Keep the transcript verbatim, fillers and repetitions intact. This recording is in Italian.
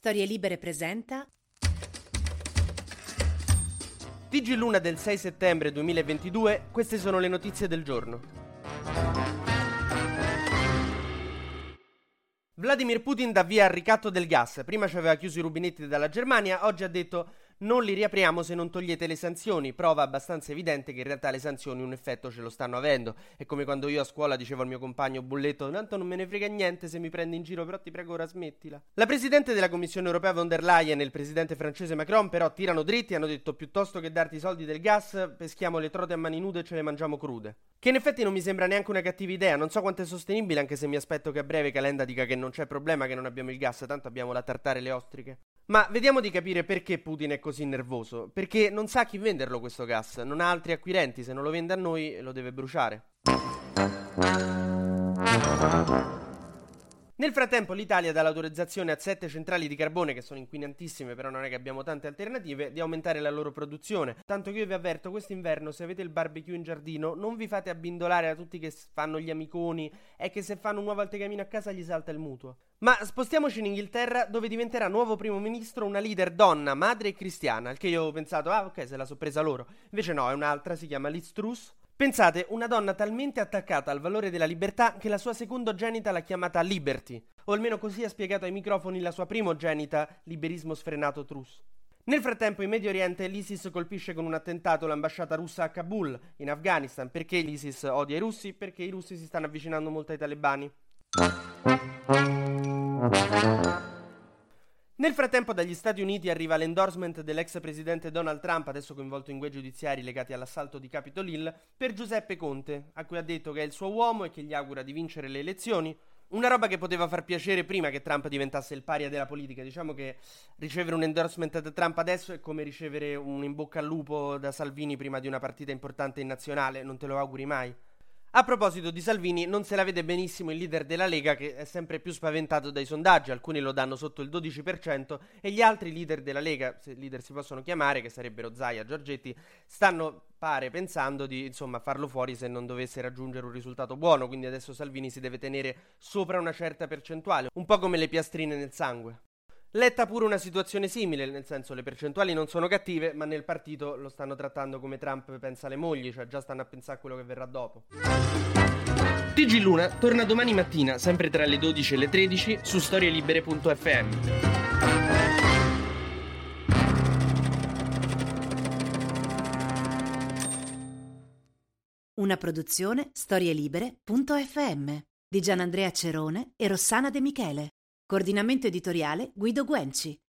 Storie Libere presenta T G Luna del sei settembre duemilaventidue, queste sono le notizie del giorno. Vladimir Putin dà via al ricatto del gas. Prima ci aveva chiuso i rubinetti dalla Germania, oggi ha detto non li riapriamo se non togliete le sanzioni. Prova abbastanza evidente che in realtà le sanzioni un effetto ce lo stanno avendo. È come quando io a scuola dicevo al mio compagno bulletto: tanto non me ne frega niente se mi prendi in giro, però ti prego ora smettila. La presidente della Commissione Europea von der Leyen e il presidente francese Macron però tirano dritti e hanno detto piuttosto che darti i soldi del gas peschiamo le trote a mani nude e ce le mangiamo crude. Che in effetti non mi sembra neanche una cattiva idea. Non so quanto è sostenibile, anche se mi aspetto che a breve Calenda dica che non c'è problema, che non abbiamo il gas, tanto abbiamo la tartare e le ostriche. Ma vediamo di capire perché Putin è così nervoso. Perché non sa a chi venderlo questo gas, non ha altri acquirenti, se non lo vende a noi lo deve bruciare. Nel frattempo l'Italia dà l'autorizzazione a sette centrali di carbone, che sono inquinantissime, però non è che abbiamo tante alternative, di aumentare la loro produzione. Tanto che io vi avverto, quest'inverno se avete il barbecue in giardino non vi fate abbindolare da tutti che fanno gli amiconi e che se fanno un nuovo altegamino a casa gli salta il mutuo. Ma spostiamoci in Inghilterra, dove diventerà nuovo primo ministro una leader donna, madre e cristiana, al che io ho pensato, ah ok, se la so presa loro. Invece no, è un'altra, si chiama Liz Truss. Pensate, una donna talmente attaccata al valore della libertà che la sua secondogenita l'ha chiamata Liberty, o almeno così ha spiegato ai microfoni la sua primogenita, liberismo sfrenato Truss. Nel frattempo in Medio Oriente l'ISIS colpisce con un attentato l'ambasciata russa a Kabul, in Afghanistan. Perché l'ISIS odia i russi? Perché i russi si stanno avvicinando molto ai talebani. Nel frattempo dagli Stati Uniti arriva l'endorsement dell'ex presidente Donald Trump, adesso coinvolto in guai giudiziari legati all'assalto di Capitol Hill, per Giuseppe Conte, a cui ha detto che è il suo uomo e che gli augura di vincere le elezioni. Una roba che poteva far piacere prima che Trump diventasse il paria della politica. Diciamo che ricevere un endorsement da Trump adesso è come ricevere un in bocca al lupo da Salvini prima di una partita importante in nazionale, non te lo auguri mai. A proposito di Salvini, non se la vede benissimo il leader della Lega, che è sempre più spaventato dai sondaggi. Alcuni lo danno sotto il dodici per cento e gli altri leader della Lega, se leader si possono chiamare, che sarebbero Zaia, Giorgetti, stanno, pare, pensando di insomma farlo fuori se non dovesse raggiungere un risultato buono. Quindi adesso Salvini si deve tenere sopra una certa percentuale, un po' come le piastrine nel sangue. Letta pure una situazione simile, nel senso le percentuali non sono cattive, ma nel partito lo stanno trattando come Trump pensa alle mogli, cioè già stanno a pensare a quello che verrà dopo. T G Luna torna domani mattina, sempre tra le dodici e le tredici, su storielibere punto effe emme. una produzione storielibere punto effe emme di Gianandrea Cerone e Rossana De Michele. Coordinamento editoriale Guido Guenci.